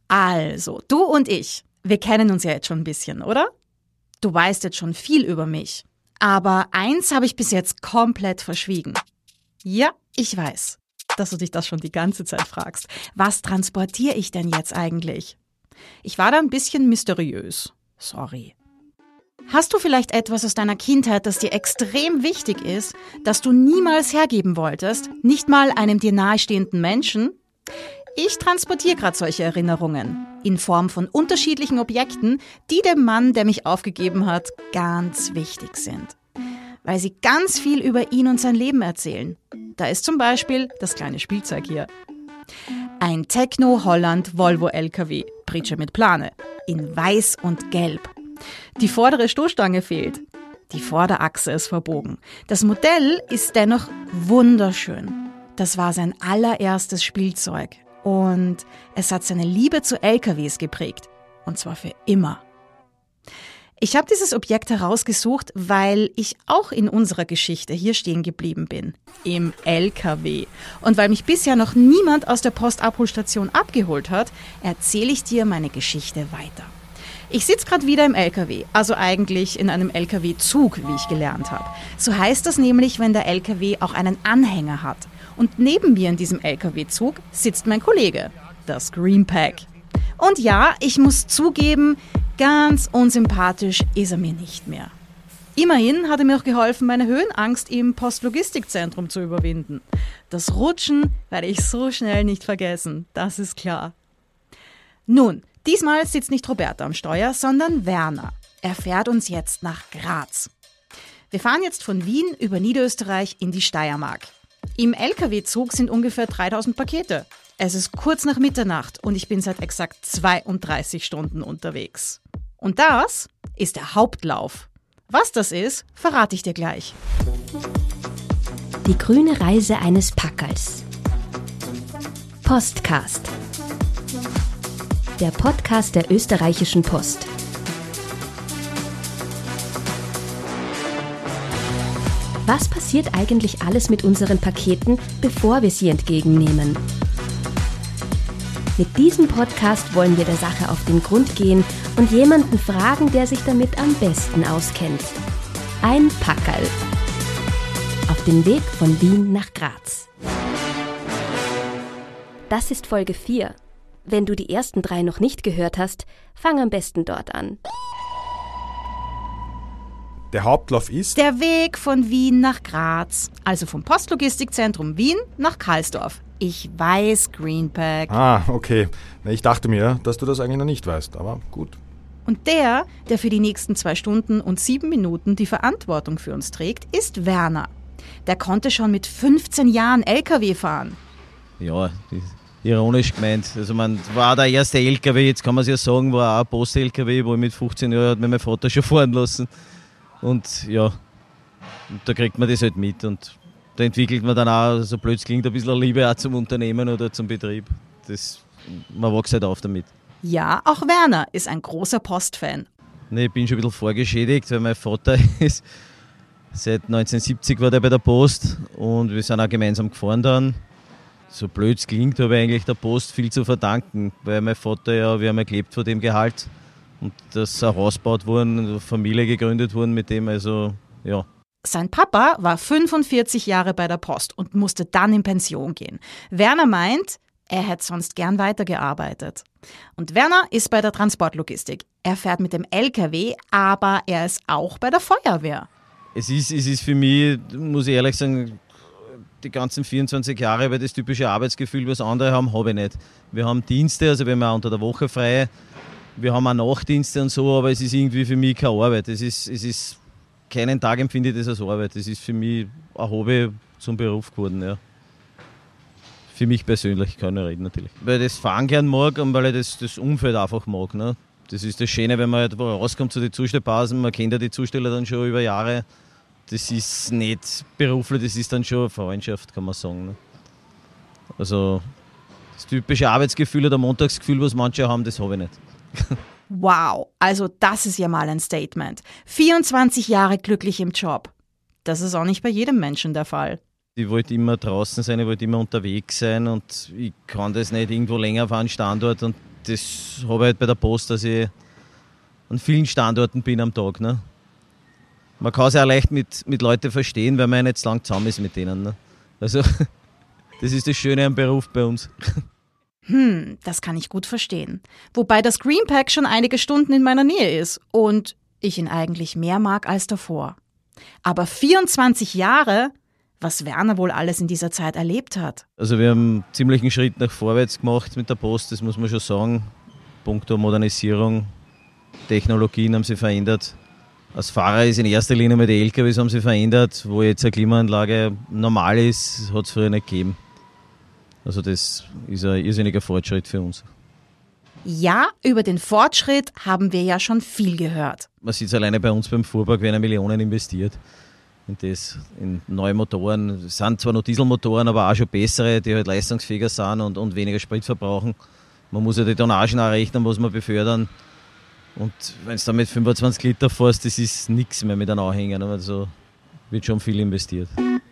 Also, du und ich, wir kennen uns ja jetzt schon ein bisschen, oder? Du weißt jetzt schon viel über mich. Aber eins habe ich bis jetzt komplett verschwiegen. Ja, ich weiß, dass du dich das schon die ganze Zeit fragst. Was transportiere ich denn jetzt eigentlich? Ich war da ein bisschen mysteriös. Sorry. Hast du vielleicht etwas aus deiner Kindheit, das dir extrem wichtig ist, das du niemals hergeben wolltest, nicht mal einem dir nahestehenden Menschen? Ich transportiere gerade solche Erinnerungen in Form von unterschiedlichen Objekten, die dem Mann, der mich aufgegeben hat, ganz wichtig sind. Weil sie ganz viel über ihn und sein Leben erzählen. Da ist zum Beispiel das kleine Spielzeug hier. Ein Techno-Holland Volvo LKW, Pritsche mit Plane, in weiß und gelb. Die vordere Stoßstange fehlt. Die Vorderachse ist verbogen. Das Modell ist dennoch wunderschön. Das war sein allererstes Spielzeug. Und es hat seine Liebe zu LKWs geprägt. Und zwar für immer. Ich habe dieses Objekt herausgesucht, weil ich auch in unserer Geschichte hier stehen geblieben bin. Im LKW. Und weil mich bisher noch niemand aus der Postabholstation abgeholt hat, erzähle ich dir meine Geschichte weiter. Ich sitze gerade wieder im LKW, also eigentlich in einem LKW-Zug, wie ich gelernt habe. So heißt das nämlich, wenn der LKW auch einen Anhänger hat. Und neben mir in diesem LKW-Zug sitzt mein Kollege, das Greenpack. Und ja, ich muss zugeben, ganz unsympathisch ist er mir nicht mehr. Immerhin hat er mir auch geholfen, meine Höhenangst im Postlogistikzentrum zu überwinden. Das Rutschen werde ich so schnell nicht vergessen, das ist klar. Nun, diesmal sitzt nicht Roberta am Steuer, sondern Werner. Er fährt uns jetzt nach Graz. Wir fahren jetzt von Wien über Niederösterreich in die Steiermark. Im LKW-Zug sind ungefähr 3000 Pakete. Es ist kurz nach Mitternacht und ich bin seit exakt 32 Stunden unterwegs. Und das ist der Hauptlauf. Was das ist, verrate ich dir gleich. Die grüne Reise eines Packerls. Postcast. Der Podcast der österreichischen Post. Was passiert eigentlich alles mit unseren Paketen, bevor wir sie entgegennehmen? Mit diesem Podcast wollen wir der Sache auf den Grund gehen und jemanden fragen, der sich damit am besten auskennt. Ein Packerl. Auf dem Weg von Wien nach Graz. Das ist Folge 4. Wenn du die ersten 3 noch nicht gehört hast, fang am besten dort an. Der Hauptlauf ist? Der Weg von Wien nach Graz, also vom Postlogistikzentrum Wien nach Karlsdorf. Ich weiß, Greenpack. Ah, okay. Ich dachte mir, dass du das eigentlich noch nicht weißt, aber gut. Und der für die nächsten 2 Stunden und 7 Minuten die Verantwortung für uns trägt, ist Werner. Der konnte schon mit 15 Jahren LKW fahren. Ja, ironisch gemeint. Also man war der erste LKW, jetzt kann man es ja sagen, war auch ein Post-LKW, wo ich mit 15 Jahren hat mir mein Vater schon fahren lassen. Und ja, da kriegt man das halt mit und da entwickelt man dann auch, so blöd es klingt, ein bisschen Liebe auch zum Unternehmen oder zum Betrieb. Man wächst halt auf damit. Ja, auch Werner ist ein großer Postfan. Nee, ich bin schon ein bisschen vorgeschädigt, weil mein Vater ist seit 1970 war der bei der Post und wir sind auch gemeinsam gefahren dann. So blöd es klingt, habe ich eigentlich der Post viel zu verdanken, weil mein Vater ja, wir haben ja gelebt von dem Gehalt. Und das ist ein Haus gebaut worden, eine Familie gegründet worden mit dem, also ja. Sein Papa war 45 Jahre bei der Post und musste dann in Pension gehen. Werner meint, er hätte sonst gern weitergearbeitet. Und Werner ist bei der Transportlogistik. Er fährt mit dem LKW, aber er ist auch bei der Feuerwehr. Es ist für mich, muss ich ehrlich sagen, die ganzen 24 Jahre, weil das typische Arbeitsgefühl, was andere haben, habe ich nicht. Wir haben Dienste, also wir haben auch unter der Woche frei. Wir haben auch Nachtdienste und so, aber es ist irgendwie für mich keine Arbeit. Es ist keinen Tag empfinde ich das als Arbeit. Das ist für mich ein Hobby zum Beruf geworden, ja. Für mich persönlich, kann ich reden natürlich. Weil ich das Fahren gern mag und weil ich das Umfeld einfach mag. Ne? Das ist das Schöne, wenn man halt rauskommt zu den Zustellpausen, man kennt ja die Zusteller dann schon über Jahre. Das ist nicht beruflich, das ist dann schon eine Freundschaft, kann man sagen. Ne? Also das typische Arbeitsgefühl oder Montagsgefühl, was manche haben, das habe ich nicht. Wow, also das ist ja mal ein Statement. 24 Jahre glücklich im Job. Das ist auch nicht bei jedem Menschen der Fall. Ich wollte immer draußen sein, ich wollte immer unterwegs sein und ich kann das nicht irgendwo länger auf einem Standort und das habe ich halt bei der Post, dass ich an vielen Standorten bin am Tag. Ne? Man kann es ja auch leicht mit Leuten verstehen, weil man ja nicht so lange zusammen ist mit denen. Ne? Also, das ist das Schöne am Beruf bei uns. Das kann ich gut verstehen. Wobei das Greenpack schon einige Stunden in meiner Nähe ist und ich ihn eigentlich mehr mag als davor. Aber 24 Jahre, was Werner wohl alles in dieser Zeit erlebt hat. Also wir haben einen ziemlichen Schritt nach vorwärts gemacht mit der Post, das muss man schon sagen. Punkto Modernisierung, Technologien haben sich verändert. Als Fahrer ist in erster Linie mal die LKWs haben sich verändert, wo jetzt eine Klimaanlage normal ist, hat es früher nicht gegeben. Also das ist ein irrsinniger Fortschritt für uns. Ja, über den Fortschritt haben wir ja schon viel gehört. Man sieht es alleine bei uns beim Fuhrpark, werden Millionen investiert in neue Motoren. Es sind zwar noch Dieselmotoren, aber auch schon bessere, die halt leistungsfähiger sind und weniger Sprit verbrauchen. Man muss ja die Tonnagen auch rechnen, was wir befördern. Und wenn du da mit 25 Liter fährst, das ist nichts mehr mit einem Anhänger. Also wird schon viel investiert.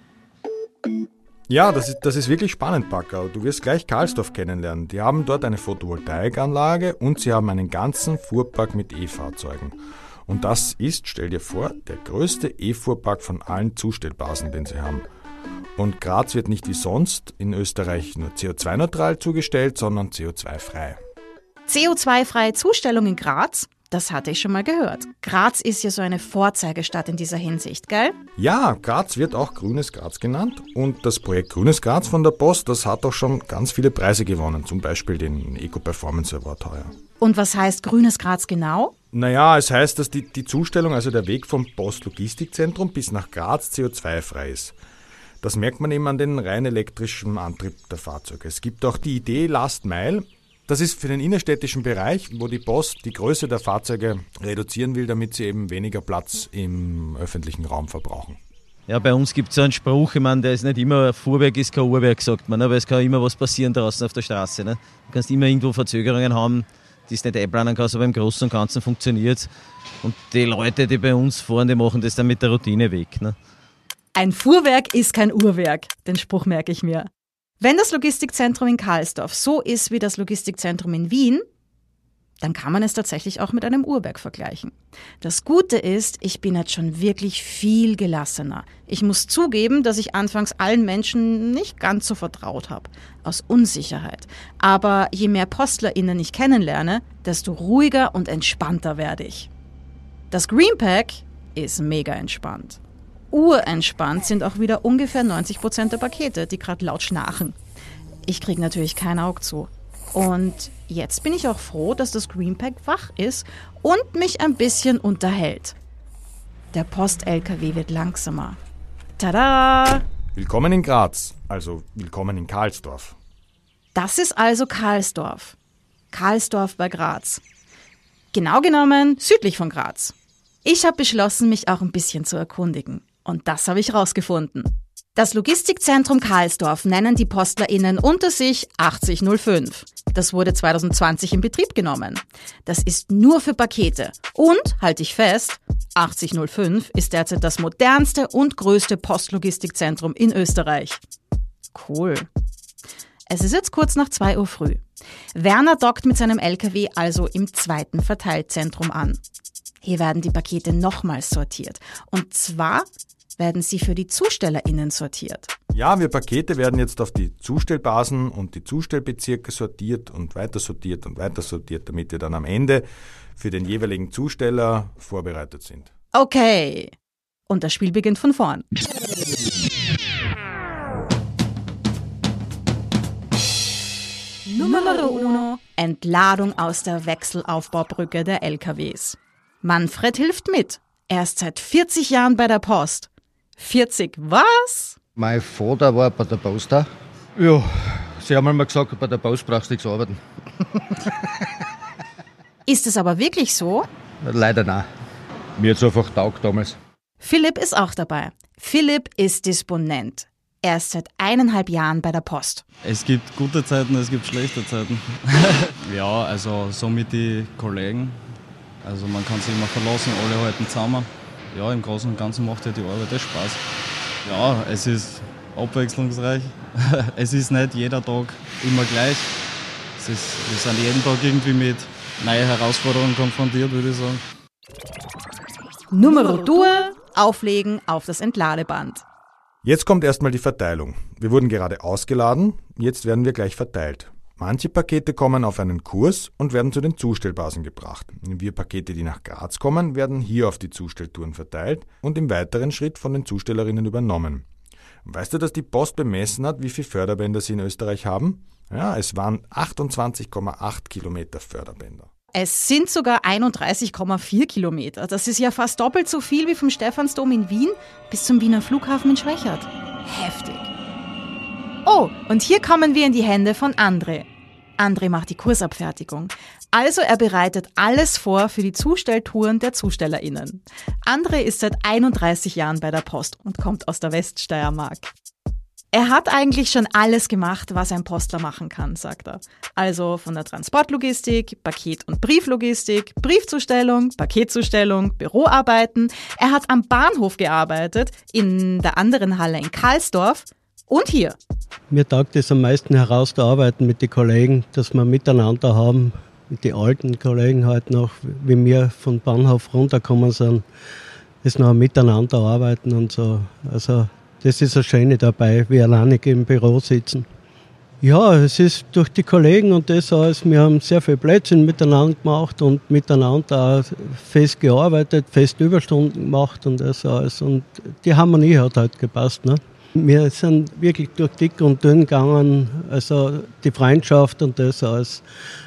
Ja, das ist wirklich spannend, Packerl. Du wirst gleich Karlsdorf kennenlernen. Die haben dort eine Photovoltaikanlage und sie haben einen ganzen Fuhrpark mit E-Fahrzeugen. Und das ist, stell dir vor, der größte E-Fuhrpark von allen Zustellbasen, den sie haben. Und Graz wird nicht wie sonst in Österreich nur CO2-neutral zugestellt, sondern CO2-frei. CO2-freie Zustellung in Graz? Das hatte ich schon mal gehört. Graz ist ja so eine Vorzeigestadt in dieser Hinsicht, gell? Ja, Graz wird auch Grünes Graz genannt und das Projekt Grünes Graz von der Post, das hat auch schon ganz viele Preise gewonnen, zum Beispiel den Eco-Performance Award heuer. Und was heißt Grünes Graz genau? Naja, es heißt, dass die Zustellung, also der Weg vom Postlogistikzentrum bis nach Graz CO2-frei ist. Das merkt man eben an den rein elektrischen Antrieb der Fahrzeuge. Es gibt auch die Idee Last Mile. Das ist für den innerstädtischen Bereich, wo die Post die Größe der Fahrzeuge reduzieren will, damit sie eben weniger Platz im öffentlichen Raum verbrauchen. Ja, bei uns gibt es so einen Spruch, ich meine, der ist nicht immer, Fuhrwerk ist kein Uhrwerk, sagt man, aber es kann immer was passieren draußen auf der Straße. Ne? Du kannst immer irgendwo Verzögerungen haben, die es nicht einplanen kannst, aber im Großen und Ganzen funktioniert es. Und die Leute, die bei uns fahren, die machen das dann mit der Routine weg. Ne? Ein Fuhrwerk ist kein Uhrwerk, den Spruch merke ich mir. Wenn das Logistikzentrum in Karlsdorf so ist wie das Logistikzentrum in Wien, dann kann man es tatsächlich auch mit einem Uhrwerk vergleichen. Das Gute ist, ich bin jetzt schon wirklich viel gelassener. Ich muss zugeben, dass ich anfangs allen Menschen nicht ganz so vertraut habe, aus Unsicherheit. Aber je mehr PostlerInnen ich kennenlerne, desto ruhiger und entspannter werde ich. Das Greenpack ist mega entspannt. Urentspannt sind auch wieder ungefähr 90% der Pakete, die gerade laut schnarchen. Ich kriege natürlich kein Auge zu. Und jetzt bin ich auch froh, dass das Greenpack wach ist und mich ein bisschen unterhält. Der Post-LKW wird langsamer. Tada! Willkommen in Graz, also willkommen in Karlsdorf. Das ist also Karlsdorf. Karlsdorf bei Graz. Genau genommen südlich von Graz. Ich habe beschlossen, mich auch ein bisschen zu erkundigen. Und das habe ich rausgefunden. Das Logistikzentrum Karlsdorf nennen die PostlerInnen unter sich 8005. Das wurde 2020 in Betrieb genommen. Das ist nur für Pakete. Und, halte ich fest, 8005 ist derzeit das modernste und größte Postlogistikzentrum in Österreich. Cool. Es ist jetzt kurz nach 2 Uhr früh. Werner dockt mit seinem LKW also im zweiten Verteilzentrum an. Hier werden die Pakete nochmals sortiert. Und zwar werden sie für die ZustellerInnen sortiert. Ja, wir Pakete werden jetzt auf die Zustellbasen und die Zustellbezirke sortiert und weiter sortiert, damit wir dann am Ende für den jeweiligen Zusteller vorbereitet sind. Okay. Und das Spiel beginnt von vorn. Numero uno. Entladung aus der Wechselaufbaubrücke der LKWs. Manfred hilft mit. Er ist seit 40 Jahren bei der Post. 40, was? Mein Vater war bei der Post da. Ja, sie haben mal gesagt, bei der Post brauchst du nichts arbeiten. Ist es aber wirklich so? Leider nein. Mir hat's einfach taugt damals. Philipp ist auch dabei. Philipp ist Disponent. Er ist seit 1,5 Jahren bei der Post. Es gibt gute Zeiten, es gibt schlechte Zeiten. Ja, also so mit den Kollegen. Also man kann sich immer verlassen, alle halten zusammen. Ja, im Großen und Ganzen macht ja die Arbeit Spaß. Ja, es ist abwechslungsreich. Es ist nicht jeder Tag immer gleich. Es wir sind jeden Tag irgendwie mit neuen Herausforderungen konfrontiert, würde ich sagen. Numero 2, auflegen auf das Entladeband. Jetzt kommt erstmal die Verteilung. Wir wurden gerade ausgeladen, jetzt werden wir gleich verteilt. Manche Pakete kommen auf einen Kurs und werden zu den Zustellbasen gebracht. Wir Pakete, die nach Graz kommen, werden hier auf die Zustelltouren verteilt und im weiteren Schritt von den Zustellerinnen übernommen. Weißt du, dass die Post bemessen hat, wie viele Förderbänder sie in Österreich haben? Ja, es waren 28,8 Kilometer Förderbänder. Es sind sogar 31,4 Kilometer. Das ist ja fast doppelt so viel wie vom Stephansdom in Wien bis zum Wiener Flughafen in Schwächert. Heftig. Oh, und hier kommen wir in die Hände von André. André macht die Kursabfertigung. Also er bereitet alles vor für die Zustelltouren der ZustellerInnen. André ist seit 31 Jahren bei der Post und kommt aus der Weststeiermark. Er hat eigentlich schon alles gemacht, was ein Postler machen kann, sagt er. Also von der Transportlogistik, Paket- und Brieflogistik, Briefzustellung, Paketzustellung, Büroarbeiten. Er hat am Bahnhof gearbeitet, in der anderen Halle in Karlsdorf und hier. Mir taugt es am meisten herauszuarbeiten mit den Kollegen, dass wir miteinander haben, mit den alten Kollegen halt noch, wie wir vom Bahnhof runtergekommen sind, das noch miteinander arbeiten und so. Also das ist das Schöne dabei, wie alleinig im Büro sitzen. Ja, es ist durch die Kollegen und das alles, wir haben sehr viel Blödsinn miteinander gemacht und miteinander auch fest gearbeitet, fest Überstunden gemacht und das alles. Und die Harmonie hat halt gepasst, ne? Wir sind wirklich durch dick und dünn gegangen, also die Freundschaft und das alles.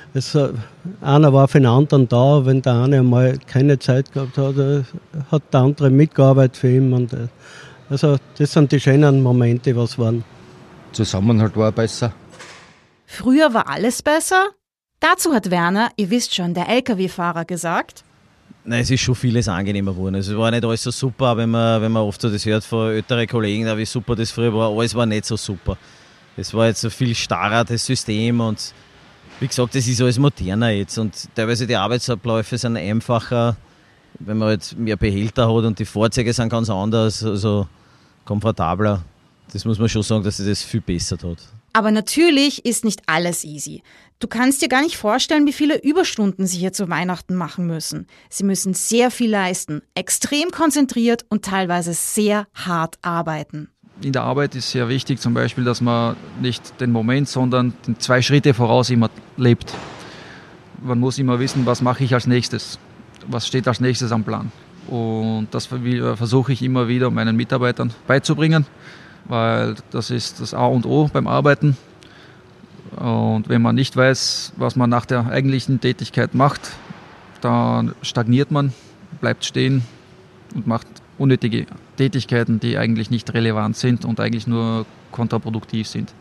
Einer war für den anderen da, wenn der eine einmal keine Zeit gehabt hat, hat der andere mitgearbeitet für ihn. Und, also das sind die schönen Momente, was waren. Zusammenhalt war besser. Früher war alles besser? Dazu hat Werner, ihr wisst schon, der LKW-Fahrer, gesagt: Nein, es ist schon vieles angenehmer geworden. Es war nicht alles so super, wenn man oft so das hört von älteren Kollegen, wie super das früher war. Alles war nicht so super. Es war jetzt so viel starrer, das System, und wie gesagt, das ist alles moderner jetzt und teilweise die Arbeitsabläufe sind einfacher, wenn man halt mehr Behälter hat und die Fahrzeuge sind ganz anders, also komfortabler. Das muss man schon sagen, dass sich das viel besser hat. Aber natürlich ist nicht alles easy. Du kannst dir gar nicht vorstellen, wie viele Überstunden sie hier zu Weihnachten machen müssen. Sie müssen sehr viel leisten, extrem konzentriert und teilweise sehr hart arbeiten. In der Arbeit ist sehr wichtig zum Beispiel, dass man nicht den Moment, sondern 2 Schritte voraus immer lebt. Man muss immer wissen, was mache ich als nächstes, was steht als nächstes am Plan. Und das versuche ich immer wieder meinen Mitarbeitern beizubringen, weil das ist das A und O beim Arbeiten. Und wenn man nicht weiß, was man nach der eigentlichen Tätigkeit macht, dann stagniert man, bleibt stehen und macht unnötige Tätigkeiten, die eigentlich nicht relevant sind und eigentlich nur kontraproduktiv sind.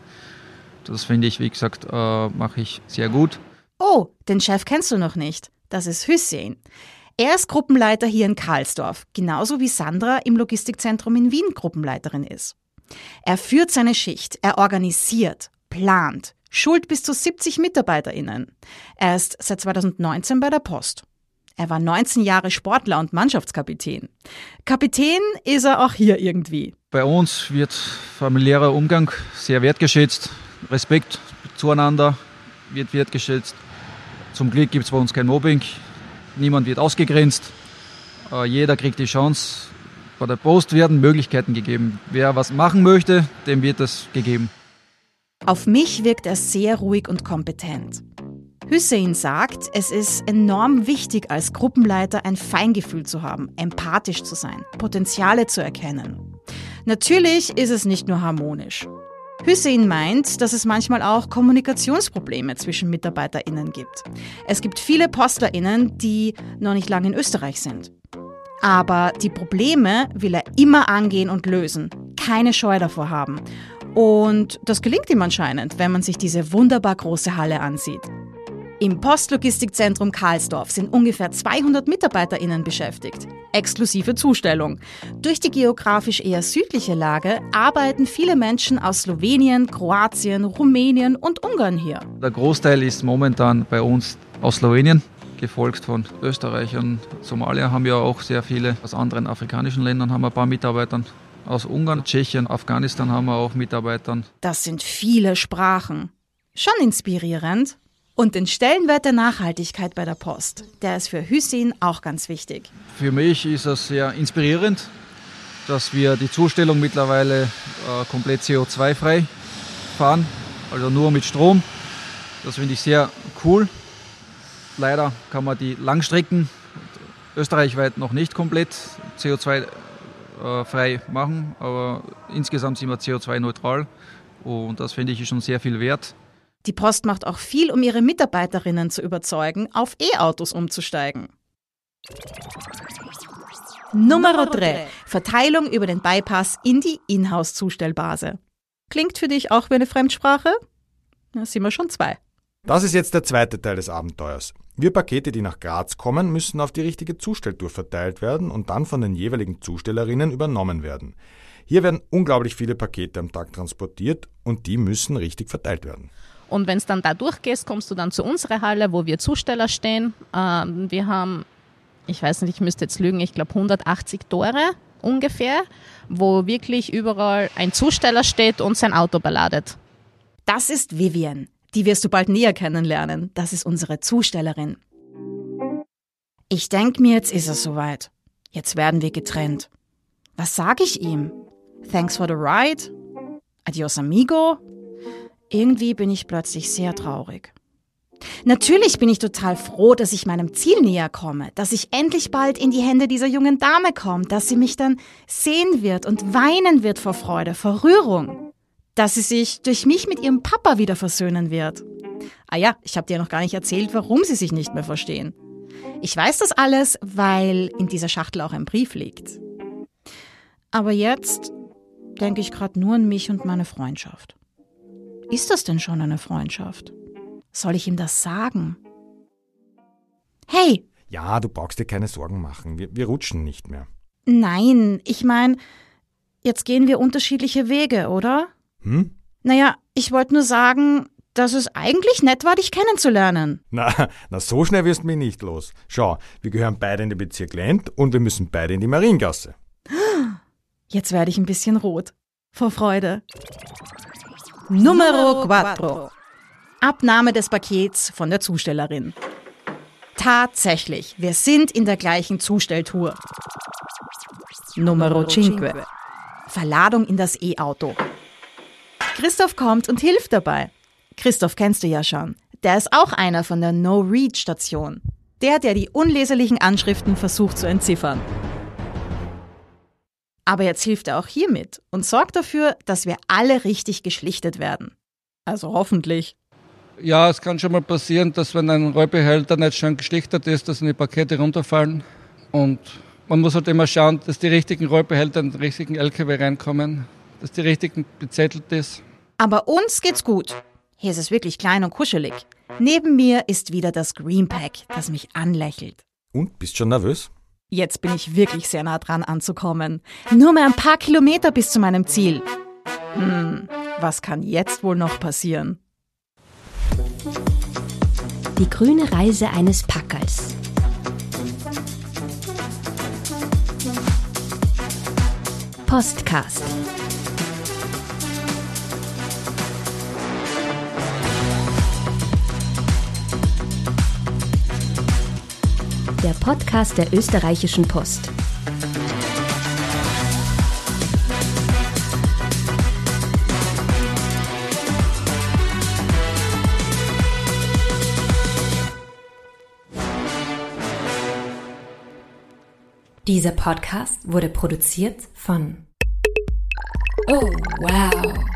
Das finde ich, wie gesagt, mache ich sehr gut. Oh, den Chef kennst du noch nicht. Das ist Hüssein. Er ist Gruppenleiter hier in Karlsdorf, genauso wie Sandra im Logistikzentrum in Wien Gruppenleiterin ist. Er führt seine Schicht, er organisiert, plant, schult bis zu 70 MitarbeiterInnen. Er ist seit 2019 bei der Post. Er war 19 Jahre Sportler und Mannschaftskapitän. Kapitän ist er auch hier irgendwie. Bei uns wird familiärer Umgang sehr wertgeschätzt. Respekt zueinander wird wertgeschätzt. Zum Glück gibt es bei uns kein Mobbing. Niemand wird ausgegrenzt. Jeder kriegt die Chance. Bei der Post werden Möglichkeiten gegeben. Wer was machen möchte, dem wird es gegeben. Auf mich wirkt er sehr ruhig und kompetent. Hüssein sagt, es ist enorm wichtig, als Gruppenleiter ein Feingefühl zu haben, empathisch zu sein, Potenziale zu erkennen. Natürlich ist es nicht nur harmonisch. Hüssein meint, dass es manchmal auch Kommunikationsprobleme zwischen MitarbeiterInnen gibt. Es gibt viele PostlerInnen, die noch nicht lange in Österreich sind. Aber die Probleme will er immer angehen und lösen, keine Scheu davor haben. Und das gelingt ihm anscheinend, wenn man sich diese wunderbar große Halle ansieht. Im Postlogistikzentrum Karlsdorf sind ungefähr 200 MitarbeiterInnen beschäftigt, exklusive Zustellung. Durch die geografisch eher südliche Lage arbeiten viele Menschen aus Slowenien, Kroatien, Rumänien und Ungarn hier. Der Großteil ist momentan bei uns aus Slowenien, gefolgt von Österreichern. Somalier haben ja auch sehr viele. Aus anderen afrikanischen Ländern haben wir ein paar Mitarbeiter. Aus Ungarn, Tschechien, Afghanistan haben wir auch Mitarbeiter. Das sind viele Sprachen. Schon inspirierend. Und den Stellenwert der Nachhaltigkeit bei der Post, der ist für Hüseyin auch ganz wichtig. Für mich ist es sehr inspirierend, dass wir die Zustellung mittlerweile komplett CO2-frei fahren, also nur mit Strom. Das finde ich sehr cool. Leider kann man die Langstrecken österreichweit noch nicht komplett CO2-frei machen, aber insgesamt sind wir CO2-neutral und das finde ich schon sehr viel wert. Die Post macht auch viel, um ihre Mitarbeiterinnen zu überzeugen, auf E-Autos umzusteigen. Nummer 3. Verteilung über den Bypass in die Inhouse-Zustellbase. Klingt für dich auch wie eine Fremdsprache? Da sind wir schon 2. Das ist jetzt der zweite Teil des Abenteuers. Wir Pakete, die nach Graz kommen, müssen auf die richtige Zustelltour verteilt werden und dann von den jeweiligen Zustellerinnen übernommen werden. Hier werden unglaublich viele Pakete am Tag transportiert und die müssen richtig verteilt werden. Und wenn es dann da durchgehst, kommst du dann zu unserer Halle, wo wir Zusteller stehen. Wir haben, ich weiß nicht, ich müsste jetzt lügen, ich glaube 180 Tore ungefähr, wo wirklich überall ein Zusteller steht und sein Auto beladet. Das ist Vivian. Die wirst du bald näher kennenlernen. Das ist unsere Zustellerin. Ich denke mir, jetzt ist es soweit. Jetzt werden wir getrennt. Was sage ich ihm? Thanks for the ride? Adios amigo? Irgendwie bin ich plötzlich sehr traurig. Natürlich bin ich total froh, dass ich meinem Ziel näher komme, dass ich endlich bald in die Hände dieser jungen Dame komme, dass sie mich dann sehen wird und weinen wird vor Freude, vor Rührung. Dass sie sich durch mich mit ihrem Papa wieder versöhnen wird. Ah ja, ich habe dir noch gar nicht erzählt, warum sie sich nicht mehr verstehen. Ich weiß das alles, weil in dieser Schachtel auch ein Brief liegt. Aber jetzt denke ich gerade nur an mich und meine Freundschaft. Ist das denn schon eine Freundschaft? Soll ich ihm das sagen? Hey! Ja, du brauchst dir keine Sorgen machen. Wir rutschen nicht mehr. Nein, ich meine, jetzt gehen wir unterschiedliche Wege, oder? Naja, ich wollte nur sagen, dass es eigentlich nett war, dich kennenzulernen. Na, so schnell wirst du mich nicht los. Schau, wir gehören beide in den Bezirk Lent und wir müssen beide in die Mariengasse. Jetzt werde ich ein bisschen rot. Vor Freude. Numero 4. Abnahme des Pakets von der Zustellerin. Tatsächlich, wir sind in der gleichen Zustelltour. Numero 5. Verladung in das E-Auto. Christoph kommt und hilft dabei. Christoph kennst du ja schon. Der ist auch einer von der No-Read-Station. Der die unleserlichen Anschriften versucht zu entziffern. Aber jetzt hilft er auch hier mit und sorgt dafür, dass wir alle richtig geschlichtet werden. Also hoffentlich. Ja, es kann schon mal passieren, dass wenn ein Rollbehälter nicht schön geschlichtet ist, dass die Pakete runterfallen. Und man muss halt immer schauen, dass die richtigen Rollbehälter in den richtigen LKW reinkommen, dass die richtigen bezettelt ist. Aber uns geht's gut. Hier ist es wirklich klein und kuschelig. Neben mir ist wieder das Green Pack, das mich anlächelt. Und, bist schon nervös? Jetzt bin ich wirklich sehr nah dran anzukommen. Nur mehr ein paar Kilometer bis zu meinem Ziel. Was kann jetzt wohl noch passieren? Die grüne Reise eines Packers. Postcast. Der Podcast der Österreichischen Post. Dieser Podcast wurde produziert von Oh, wow.